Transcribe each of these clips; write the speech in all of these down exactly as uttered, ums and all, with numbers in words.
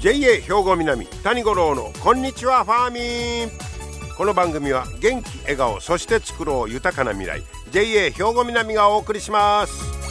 ジェイエー 兵庫南谷五郎のこんにちはファーミン。この番組は元気笑顔そして作ろう豊かな未来 ジェイエー 兵庫南がお送りします。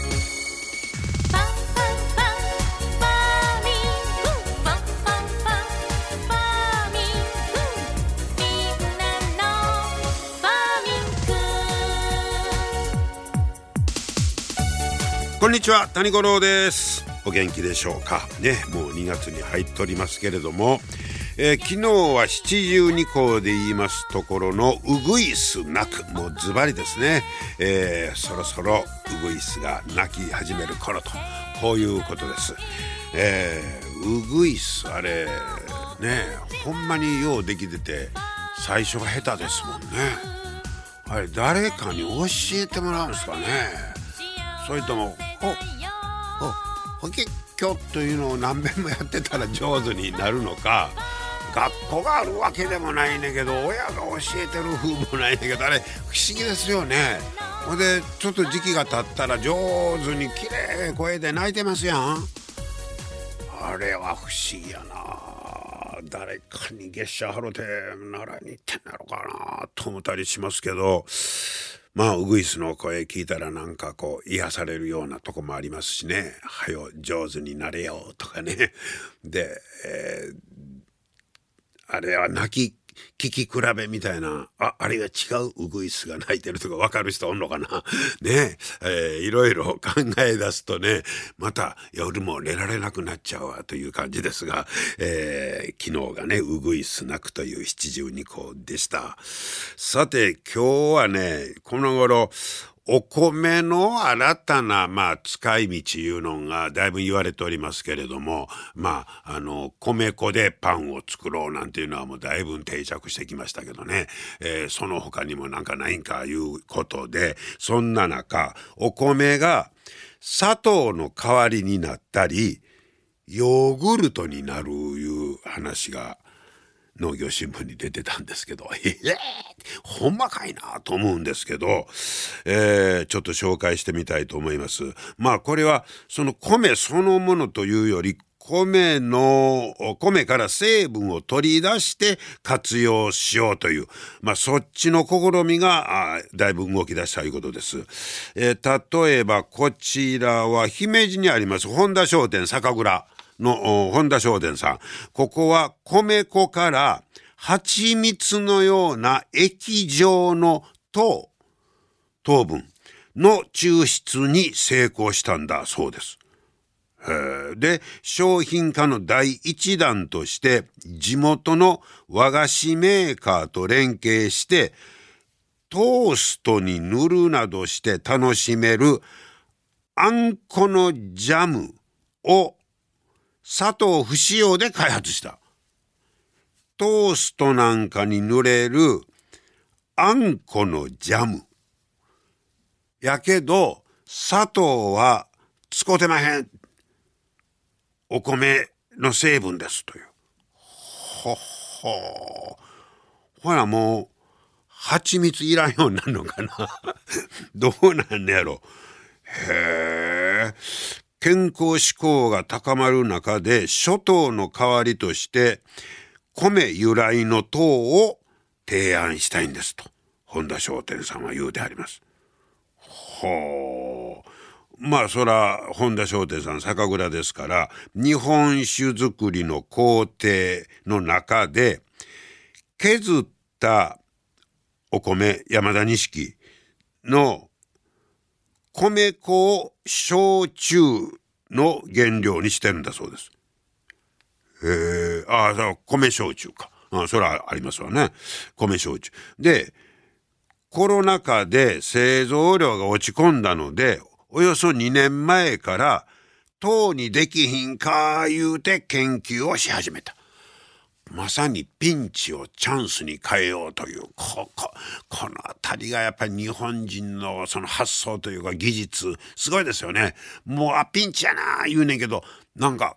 こんにちは谷五郎です。お元気でしょうかね。もうにがつに入っておりますけれども、えー、昨日は七十二候で言いますところのウグイス鳴く、もうズバリですね、えー、そろそろウグイスが鳴き始める頃と、こういうことです。えー、ウグイスあれね、ほんまにようできてて最初が下手ですもんね。あれ誰かに教えてもらうんですかね。それともほほほきっきょというのを何遍もやってたら上手になるのか、学校があるわけでもないねんけど親が教えてる風もないねんけど、あれ不思議ですよね。ほんでちょっと時期が経ったら上手に綺麗な声で泣いてますやん。あれは不思議やな。誰かに月謝払うて習いに行ってんだろうかなと思ったりしますけど、まあウグイスの声聞いたらなんかこう癒されるようなとこもありますしね。はよ上手になれよとかね。で、えー、あれは泣き聞き比べみたいな、あ、あれが違うウグイスが鳴いてるとか分かる人おんのかなねえ、えー、いろいろ考え出すとね、また夜も寝られなくなっちゃうわという感じですが、えー、昨日がねウグイス鳴くという七十二候でした。さて今日はね、この頃お米の新たな、まあ、使い道いうのがだいぶ言われておりますけれども、まあ、あの、米粉でパンを作ろうなんていうのはもうだいぶ定着してきましたけどね、えー、その他にもなんかないんかいうことで、そんな中、お米が砂糖の代わりになったり、ヨーグルトになるいう話が、農業新聞に出てたんですけど、えー、ほんまかいなと思うんですけど、えー、ちょっと紹介してみたいと思います。まあこれはその米そのものというより、米の米から成分を取り出して活用しようという、まあそっちの試みがだいぶ動き出したということです。えー、例えばこちらは姫路にあります本田商店酒蔵の本田商店さん。ここは米粉から蜂蜜のような液状の糖糖分の抽出に成功したんだそうです。で、商品化の第一弾として地元の和菓子メーカーと連携してトーストに塗るなどして楽しめるあんこのジャムを砂糖不使用で開発した。トーストなんかに塗れるあんこのジャムやけど砂糖は使うてまへん、お米の成分ですという。ほほほらもう蜂蜜いらんようになるのかなどうなんねやろ。へえ。健康志向が高まる中で諸糖の代わりとして米由来の糖を提案したいんですと本田商店さんは言うてあります。ほう。まあそら本田商店さん酒蔵ですから日本酒造りの工程の中で削ったお米山田錦の米粉を焼酎の原料にしてるんだそうです。へえ、ああ、米焼酎か。あ、それはありますわね。米焼酎。で、コロナ禍で製造量が落ち込んだので、およそにねんまえから糖にできひんか言うて研究をし始めた。まさにピンチをチャンスに変えようというこここのあたりがやっぱり日本人のその発想というか技術すごいですよね。もうあピンチやな言うねんけどなんか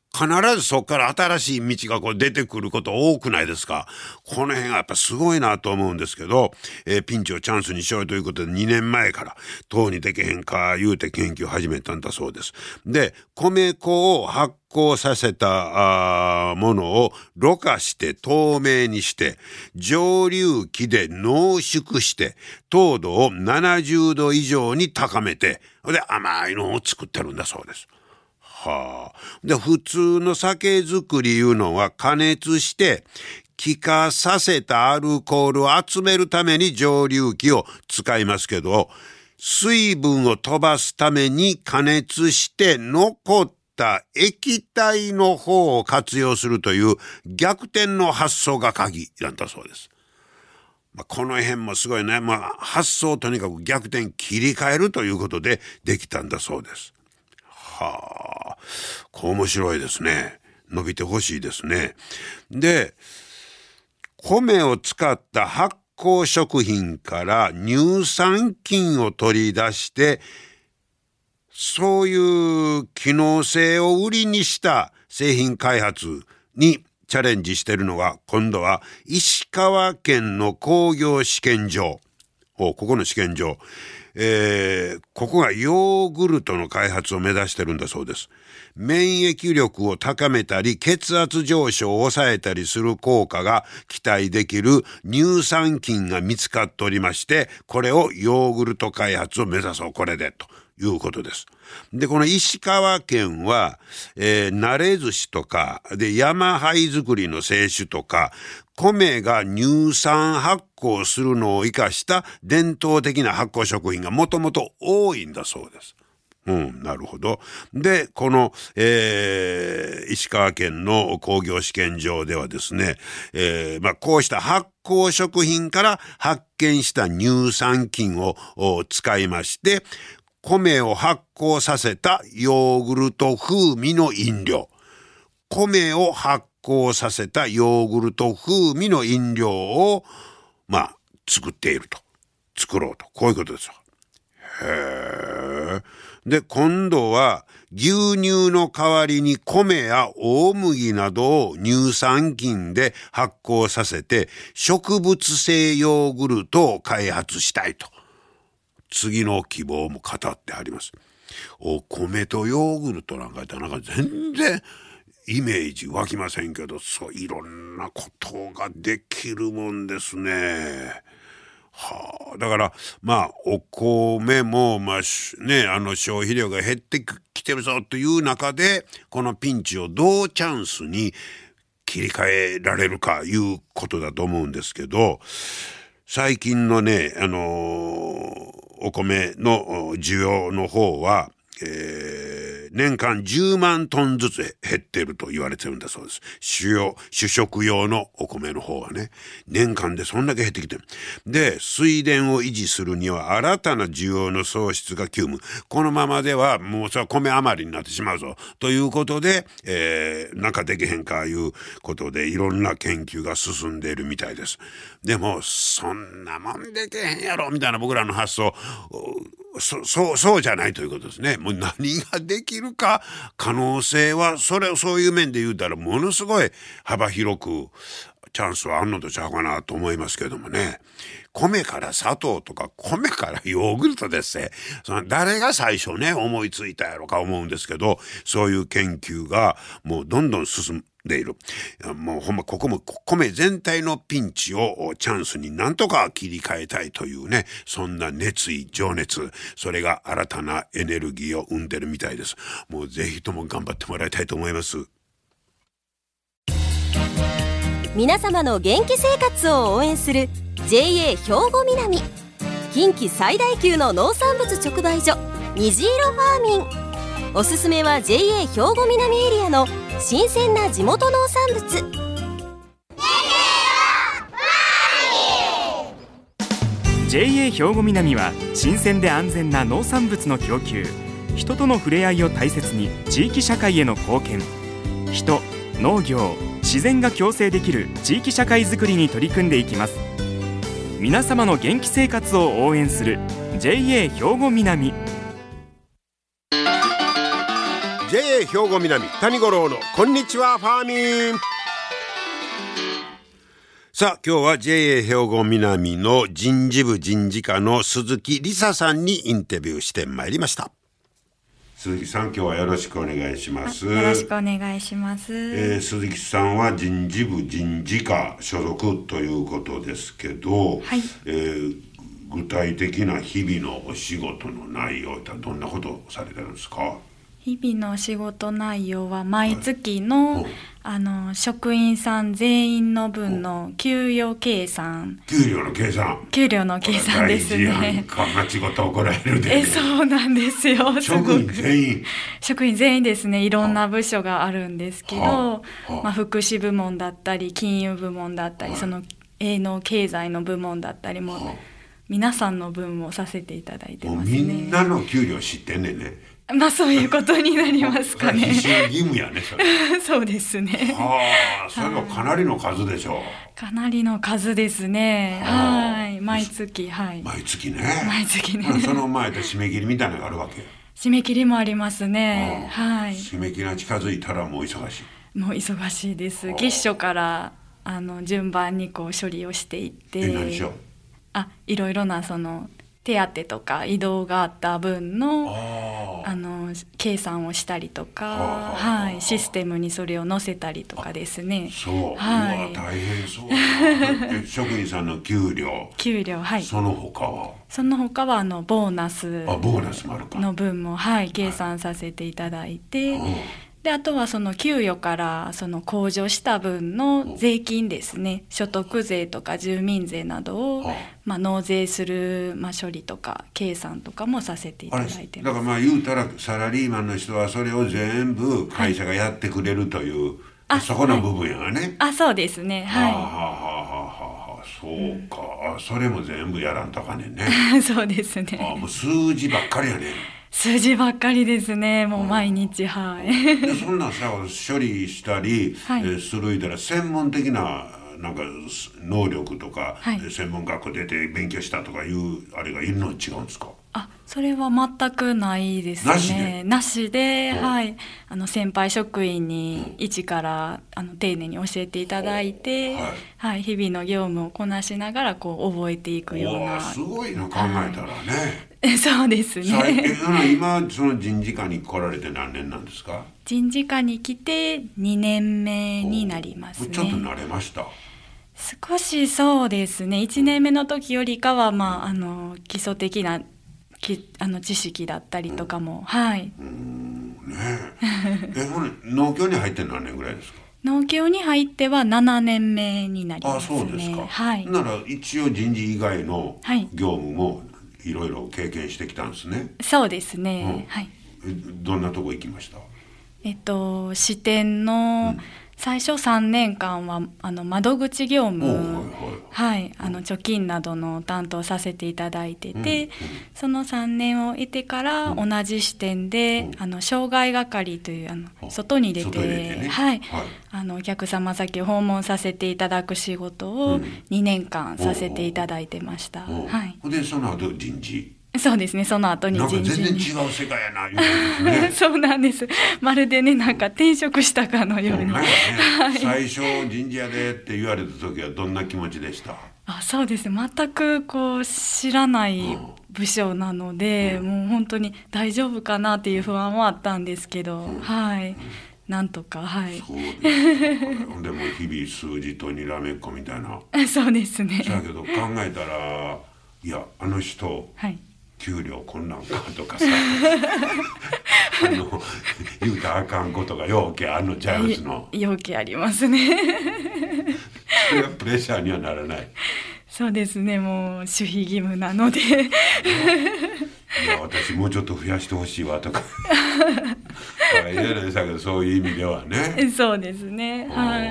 必ずそこから新しい道がこう出てくること多くないですか。この辺がやっぱすごいなと思うんですけど、えー、ピンチをチャンスにしようということでにねんまえからどうにできへんか言うて研究始めたんだそうです。で、米粉を発酵させたものをろ過して透明にして蒸留機で濃縮して糖度をななじゅうど以上に高めて、で甘いのを作ってるんだそうです。はあ、で普通の酒造りいうのは加熱して気化させたアルコールを集めるために蒸留機を使いますけど、水分を飛ばすために加熱して残った液体の方を活用するという逆転の発想が鍵なんだそうです。まあ、この辺もすごいね、まあ、発想をとにかく逆転切り替えるということでできたんだそうです。はあ、こう面白いですね。伸びてほしいですね。で、米を使った発酵食品から乳酸菌を取り出して、そういう機能性を売りにした製品開発にチャレンジしているのが、今度は石川県の工業試験場。ここの試験場。えー、ここがヨーグルトの開発を目指してるんだそうです。免疫力を高めたり血圧上昇を抑えたりする効果が期待できる乳酸菌が見つかっておりまして、これをヨーグルト開発を目指そうこれでということです。で、この石川県は、えー、慣れ寿司とかで山灰作りの清酒とか米が乳酸発酵するのを生かした伝統的な発酵食品がもともと多いんだそうです。うん、なるほど。で、この、えー、石川県の工業試験場ではですね、えーまあ、こうした発酵食品から発見した乳酸菌を使いまして、米を発酵させたヨーグルト風味の飲料。米を発酵させたヨーグルト風味の飲料を、まあ、作っていると。作ろうと。こういうことですよ。へー。で、今度は牛乳の代わりに米や大麦などを乳酸菌で発酵させて植物性ヨーグルトを開発したいと。次の希望も語ってあります。お米とヨーグルトなんかなんか全然イメージ湧きませんけど、そういろんなことができるもんですね。はあ、だからまあお米もまあね、あの消費量が減ってきてるぞという中で、このピンチをどうチャンスに切り替えられるかいうことだと思うんですけど、最近のね、あのー、お米の需要の方は、えー、年間じゅうまんトンずつ減ってると言われてるんだそうです。主要、主食用のお米の方はね、年間でそんだけ減ってきてる。で、水田を維持するには新たな需要の創出が急務。このままではもうそれは米余りになってしまうぞ。ということで、えー、なんかできへんかいうことでいろんな研究が進んでいるみたいです。でも、そんなもんできへんやろみたいな僕らの発想、そ、そう、そうじゃないということですね。もう何ができるか、可能性は、それをそういう面で言うたら、ものすごい幅広くチャンスはあんのとちゃうかなと思いますけどもね。米から砂糖とか、米からヨーグルトですね。その誰が最初ね、思いついたやろか思うんですけど、そういう研究がもうどんどん進んでいる。もうほんまここも米全体のピンチをチャンスになんとか切り替えたいというね、そんな熱意、情熱、それが新たなエネルギーを生んでるみたいです。もうぜひとも頑張ってもらいたいと思います。 皆様の元気生活を応援する ジェーエー 兵庫南、近畿最大級の農産物直売所虹色ファーミン。おすすめは ジェーエー 兵庫南エリアの新鮮な地元農産物。 ジェーエー 兵庫南は新鮮で安全な農産物の供給、人との触れ合いを大切に地域社会への貢献、人、農業、自然が共生できる地域社会づくりに取り組んでいきます。皆様の元気生活を応援する ジェーエー 兵庫南。 ジェーエー 兵庫南谷五郎のこんにちはファーミン。さあ今日は ジェーエー 兵庫南の人事部人事課の鈴木梨沙さんにインタビューしてまいりました。鈴木さん、今日はよろしくお願いします。 よろしくお願いします。 えー、鈴木さんは人事部人事課所属ということですけど、はい、えー、具体的な日々のお仕事の内容ってどんなことをされてるんですか？ 日々の仕事内容は毎月の、はい、あの職員さん全員の分の給与計算。 給料の計算。 給料の計算ですね。 大事やんか、間違った怒られるで、ね。 え、そうなんですよ。 職員全員。 職員全員ですね。いろんな部署があるんですけど、はあはあ、まあ、福祉部門だったり金融部門だったり、はい、その営農経済の部門だったりも、はあ、皆さんの分をさせていただいてますね。 もうみんなの給料知ってんねんね。 まあそういうことになりますかね。 必修義務やねそれ。 そうですね。 はあ、それはかなりの数でしょう。 かなりの数ですね。はい、毎月、はい。 毎月ね。 毎月ね。 その前で締め切りみたいなのがあるわけ。 締め切りもありますね。はい。 締め切りが近づいたらもう忙しい。 もう忙しいです。月初からあの順番にこう処理をしていって。 え、何しよう。 あ、いろいろなその。手当とか移動があった分の あ, あの計算をしたりとか、はい、システムにそれを載せたりとかですね。 そう、はい、うわ大変そう職員さんの給料給料、はい、 その他はその他はあのボーナスあボーナスもあるかの分も、はい、計算させていただいて、はい、であとはその給与からその控除した分の税金ですね、所得税とか住民税などを、まあ、納税する、まあ、処理とか計算とかもさせていただいてます。 だからまあ言うたらサラリーマンの人はそれを全部会社がやってくれるという、はい、そこの部分やがね。 あ、そうですね。はい。 はあはあはあはあ、そうか、うん、それも全部やらんとかねんね。 そうですね。 あ、もう数字ばっかりやね。 数字ばっかりですね。もう毎日、はい。 でそんなさ処理したり、はい、えー、するいたら専門的ななんか能力とか、はい、専門学校出て勉強したとかいうあれがいるの違うんですか？ あ、それは全くないですね。なしで、なしで、はい、あの先輩職員に一からあの丁寧に教えていただいて、はいはい、日々の業務をこなしながらこう覚えていくような。 すごいな、考えたらね。 はい、そうですね。 今その人事課に来られて何年なんですか？ 人事課に来てにねんめになりますね。 ちょっと慣れました？ 少しそうですね。いちねんめの時よりかは、まあ、あの基礎的なきあの知識だったりとかも、うん、はい。うーんねえ。え、ほん農協に入って何年ぐらいですか？ 農協に入ってはななねんめになりますね。 あ、そうですか。 はい。 なら一応人事以外の業務もいろいろ経験してきたんですね。 そうですね。うん、はい。 どんなとこ行きました？ えっと支店の、うん、最初さんねんかんはあの窓口業務、はいはい、あの貯金などの担当させていただいてて、うんうん、そのさんねんを経てから同じ支店で、うん、あの障害係というあの外に出て、ね、はい、はい、あのお客様先訪問させていただく仕事をにねんかんさせていただいてました。 うん、 はい、 でその後人事。 そうですね、その後に人事に。 なんか全然違う世界やな言うですね。 そうなんです。まるでね、なんか転職したかのように。 ね、はい、最初人事やでって言われた時はどんな気持ちでした？ あ、そうですね、全くこう知らない部署なので、うん、もう本当に大丈夫かなっていう不安はあったんですけど、うん、はい、なんとか、はい。そうですか。でも日々数字とにらめっこみたいな。 そうですね。 だけど考えたら、いやあの人、はい、給料こんなんかとかさあの言うたらあかんことがようけあんのちゃいますの。 ようけありますね。 それはプレッシャーにはならない？ そうですね、もう守秘義務なので。いや私もうちょっと増やしてほしいわとか言えないですけど、そういう意味ではね。 そうですね、はい。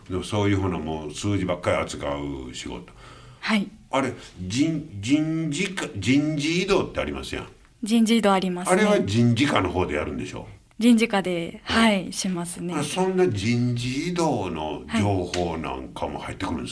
でもそういうふうなもう数字ばっかり扱う仕事。 はい。 あれ 人, 人事か人事異動ってありますやん。 人事異動ありますね。 あれは人事課の方でやるんでしょ？ 人事課で、はい、しますね。 そんな人事異動の情報なんかも入ってくるんですか？はい、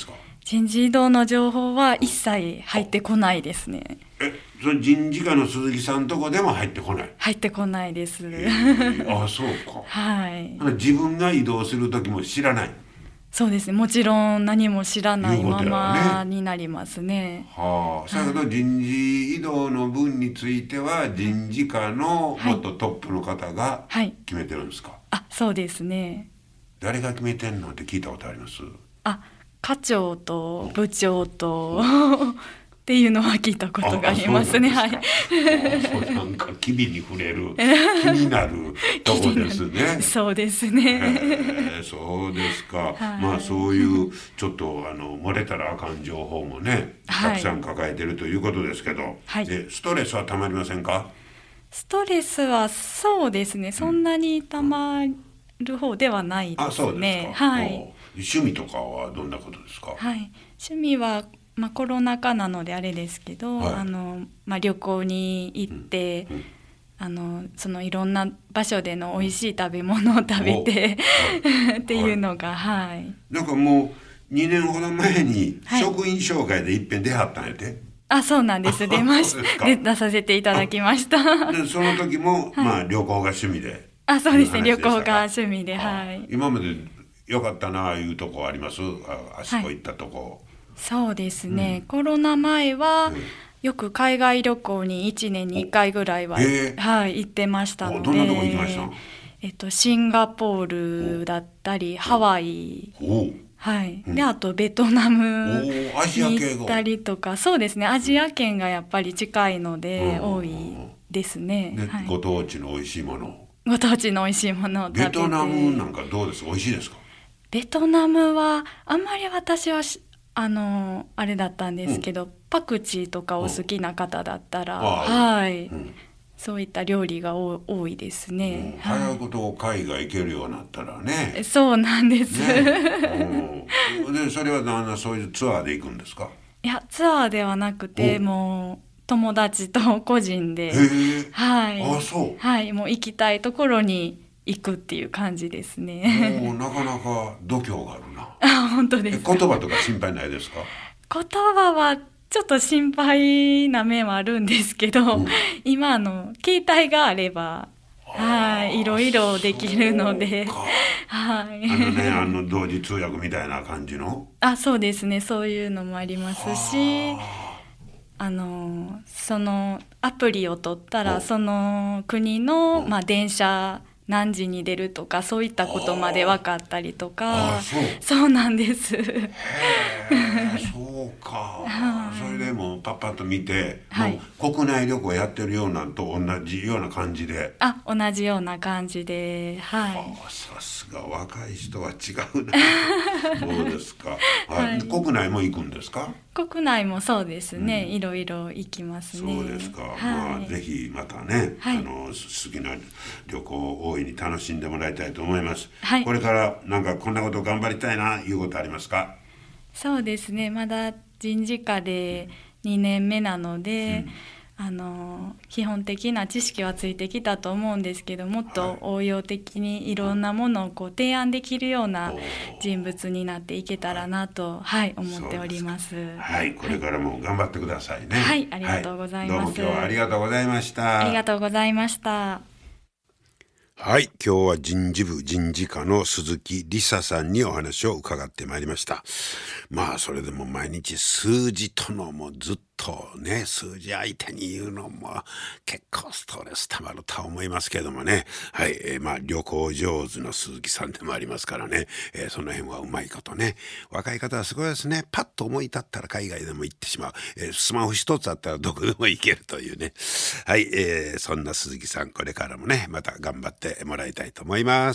人事異動の情報は一切入ってこないですね。 え、その人事課の鈴木さんとこでも入ってこない？ 入ってこないです。 えー、あ、そうか。 はい。 自分が移動する時も知らない？ そうですね、もちろん何も知らないままになりますね。 はあ、だけど人事異動の分については人事課の元トップの方が決めてるんですか？ はいはい、あ、そうですね。 誰が決めてんのって聞いたことあります？あ、 課長と部長とっていうのは聞いたことがありますね。はい。 なんか機微に触れる気になるとこですね。 そうですね。 えー、そうですか。はい、まあそういうちょっとあの漏れたらあかん情報もね、たくさん抱えてるということですけど、はい、でストレスはたまりませんか？ ストレスはそうですね。そんなにたまる方ではないですね。あ、そうですか。はい。 趣味とかはどんなことですか？ はい。趣味はまあ、コロナ禍なのであれですけど、はい、あのまあ、旅行に行って、うんうん、あのそのいろんな場所での美味しい食べ物を食べて、はい、っていうのが、はい、 なんかもうにねんほど前に職員紹介でいっぺん出はったんやて、はい、 あ、そうなんです。出ましで出させていただきました。 でその時も、はい、まあ、旅行が趣味で。 あ、そうですね、旅行が趣味で、はい、 今までよかったなあいうとこあります？ あ, あそこ行ったとこ、はい、 そうですね、うん、コロナ前はよく海外旅行にいちねんにいっかいぐらいは、えーはい、行ってましたので。 どんなとこ行きました？ えっと、シンガポールだったりハワイ、はい、であとベトナムに行ったりとか。そうですね、アジア圏がやっぱり近いので多いですね。 で、 はい、 ご当地の美味しいものご当地の美味しいものを食べて。 ベトナムなんかどうです？美味しいですか？ ベトナムはあんまり私はあのあれだったんですけど、うん、パクチーとかお好きな方だったら、はい、うん、そういった料理が多いですね。 うん、早いこと海外行けるようになったらね。 そうなんです。 ね、うん、でそれは何なそういうツアーで行くんですか？ いや、ツアーではなくて、もう友達と個人で、はい、 あ、そう、 はい、もう行きたいところに行くっていう感じですね。 もうなかなか度胸があるな。 あ、本当ですか。 言葉とか心配ないですか？ 言葉はちょっと心配な面はあるんですけど、うん、今の携帯があれば、はい、いろいろできるので、はい、 あのね、あの同時通訳みたいな感じの、 あ、そうですね、そういうのもありますし、あのそのアプリを取ったらその国の、まあ、電車何時に出るとかそういったことまで分かったりとか。そう、そうなんです。へー、そうか。それでもうパッパッと見て、はい、もう国内旅行やってるようなと同じような感じで。 あ、同じような感じで、はい。 あ、さすが若い人は違うな。そうですか。はい、はい、国内も行くんですか？ 国内もそうですね、うん、いろいろ行きますね。 そうですか。はい、まあぜひまたね、はい、あの好きな旅行を大いに楽しんでもらいたいと思います。はい、これからなんかこんなこと頑張りたいないうことありますか？ そうですね、まだ人事課でにねんめなので、うん、あの基本的な知識はついてきたと思うんですけど、もっと応用的にいろんなものをこう提案できるような人物になっていけたらなと、はい、思っております。 はい、これからも頑張ってくださいね。 はい、ありがとうございます。 はい、どうも今日はありがとうございました。 ありがとうございました。 はい、今日は人事部人事課の鈴木梨沙さんにお話を伺ってまいりました。まあそれでも毎日数字とのもずっとね、数字相手に言うのも結構ストレスたまるとは思いますけどもね。はい、えー、まあ旅行上手の鈴木さんでもありますからね、えー、その辺はうまいことね。若い方はすごいですね。パッと思い立ったら海外でも行ってしまう、えー、スマホ一つあったらどこでも行けるというね。はい、えー、そんな鈴木さん、これからもねまた頑張ってもらいたいと思います。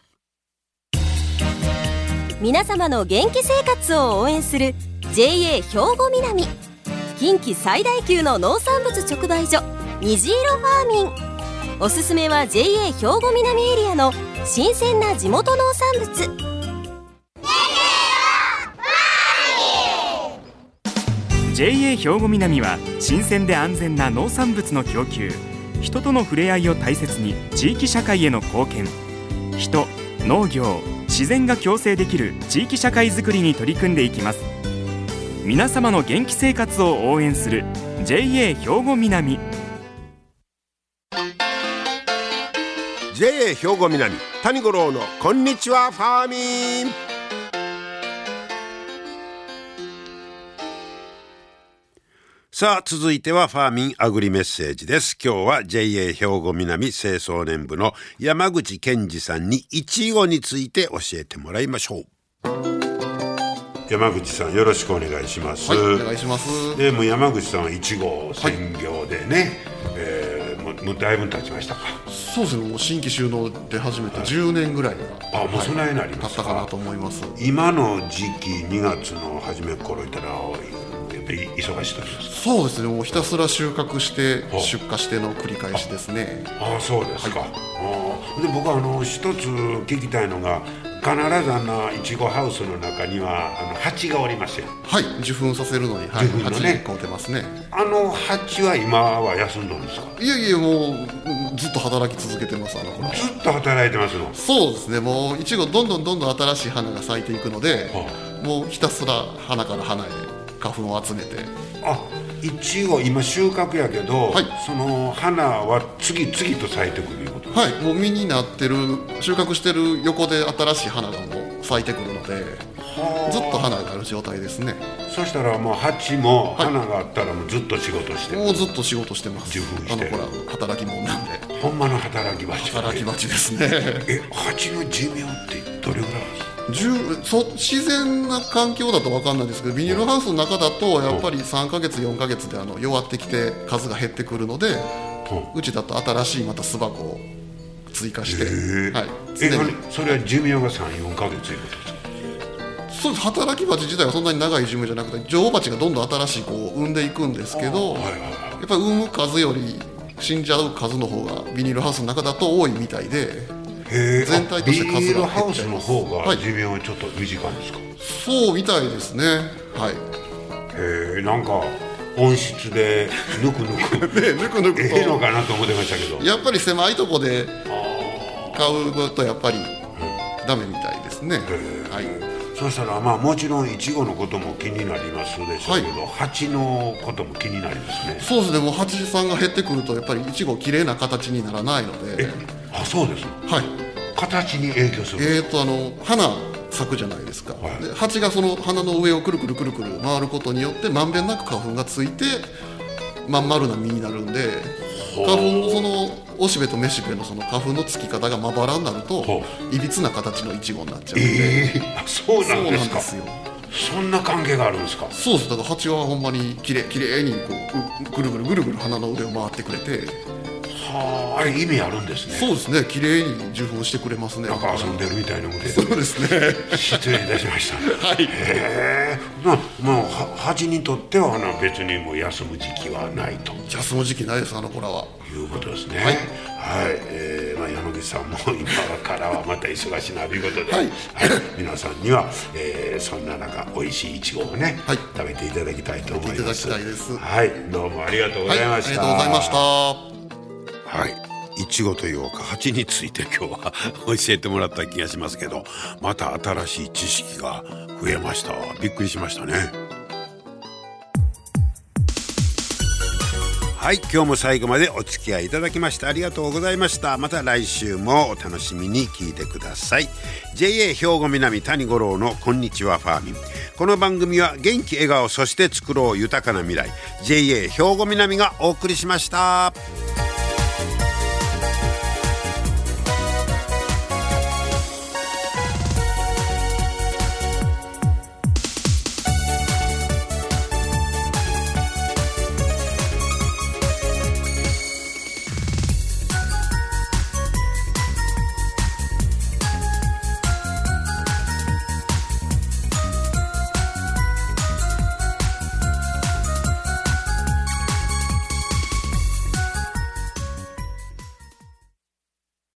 皆様の元気生活を応援する ジェイエー 兵庫南、近畿最大級の農産物直売所虹色ファーミン。おすすめは ジェイエー 兵庫南エリアの新鮮な地元農産物。 ジェイエー 兵庫南は新鮮で安全な農産物の供給、人との触れ合いを大切に地域社会への貢献、人、農業、自然が共生できる地域社会づくりに取り組んでいきます。 皆様の元気生活を応援する ジェイエー 兵庫南。 ジェイエー 兵庫南谷五郎のこんにちはファーミン。さあ続いてはファーミンアグリメッセージです。今日は ジェイエー 兵庫南清掃年部の山口健二さんにいちごについて教えてもらいましょう。山口さんよろしくお願いします。 はい、お願いします。 でも山口さんはいちご専業でね、はい、えー、もう、もうだいぶ経ちましたか。 そうですね、もう新規収納で始めてじゅうねんぐらいが、 はい、あ、もうそんなになりますか。 経ったかなと思います。 今の時期にがつの初め頃いたらやっぱり忙しい時ですか。 そうですね、もうひたすら収穫して出荷しての繰り返しですね。 ああ、そうですか。はい、あで僕はあの一つ聞きたいのが、必ずあのいちごハウスの中にはあの蜂がおりますよ。はい、 受粉させるのに、はい、 受粉のね、 蜂買うてますね。 あの蜂は今は休んどるんですか。 いやいや、もうずっと働き続けてます。あの頃ずっと働いてますの。 そうですね、もういちごどんどんどんどん新しい花が咲いていくので、はあ、もうひたすら花から花へ花粉を集めて。 あ、いちご今収穫やけど、はい、その花は次々と咲いてくるいうこと。 はい、もう実になってる、収穫してる横で新しい花がもう咲いてくるので、ずっと花がある状態ですね。 そしたらもう蜂も花があったらもうずっと仕事してる、 はい、もうずっと仕事してます。 受粉してる。 あのほら働き者なんで。 ほんまの働き蜂。 働き蜂ですね。 え、蜂の寿命ってどれぐらいあるんですか。 そ自然な環境だと分かんないですけど、ビニールハウスの中だとやっぱりさんかげつよんかげつであの弱ってきて数が減ってくるので、うちだと新しいまた巣箱を追加して、はい、 えそれは寿命がさん、よんかげついうことですか。 そうです。働き蜂自体はそんなに長い寿命じゃなくて、女王蜂がどんどん新しい子を産んでいくんですけど、はいはいはい、やっぱり産む数より死んじゃう数の方がビニールハウスの中だと多いみたいで、全体として数が減っちゃいます。ビニールハウスの方が寿命はちょっと短いんですか。はい、そうみたいですね。はい。 へえ、なんか温室でぬくぬくね、ぬくぬくとええのかなと思ってましたけど、 やっぱり狭いとこで買うとやっぱりダメみたいですね。はい。 そしたらまあもちろんいちごのことも気になりますでしょうけど、はい、蜂のことも気になりますね。 そうですね、もう蜂さんが減ってくるとやっぱりいちごきれいな形にならないので。 え、あ、そうです。はい。形に影響する。 えーとあの花咲くじゃないですか。はい、で蜂がその花の上をくるくるくるくる回ることによってまんべんなく花粉がついてまん丸な実になるんで、花粉のそのおしべとめしべのその花粉のつき方がまばらになるといびつな形のイチゴになっちゃうんで。 えー、そうなんですか。 そうなんですよ。 そんな関係があるんですか。 そうです。だから蜂はほんまにきれいきれいにこうぐるぐるぐるぐる花の上を回ってくれて。 はあ、あれ意味あるんですね。 そうですね、きれいに受粉してくれますね。 なんか遊んでるみたいなので。 そうですね。 失礼いたしました。 はい。 へえ。まあ、もう蜂にとっては別にもう休む時期はないと。 休む時期ないです、あの子らは。 いうことですね。 はい。 はい、えーまあ、山口さんも今からはまた忙しいなということで、はいはい、皆さんには、えー、そんな中美味しいいちごをね、はい、食べていただきたいと思います。 食べていただきたいです。 はい、どうもありがとうございました。 はい、ありがとうございました。 はい、いちごというか蜂について今日は教えてもらった気がしますけど、また新しい知識が増えました。びっくりしましたね。はい、今日も最後までお付き合いいただきましてありがとうございました。また来週もお楽しみに聞いてください。 ジェイエー 兵庫南谷五郎のこんにちはファーミン。この番組は元気笑顔そして作ろう豊かな未来 ジェイエー 兵庫南がお送りしました。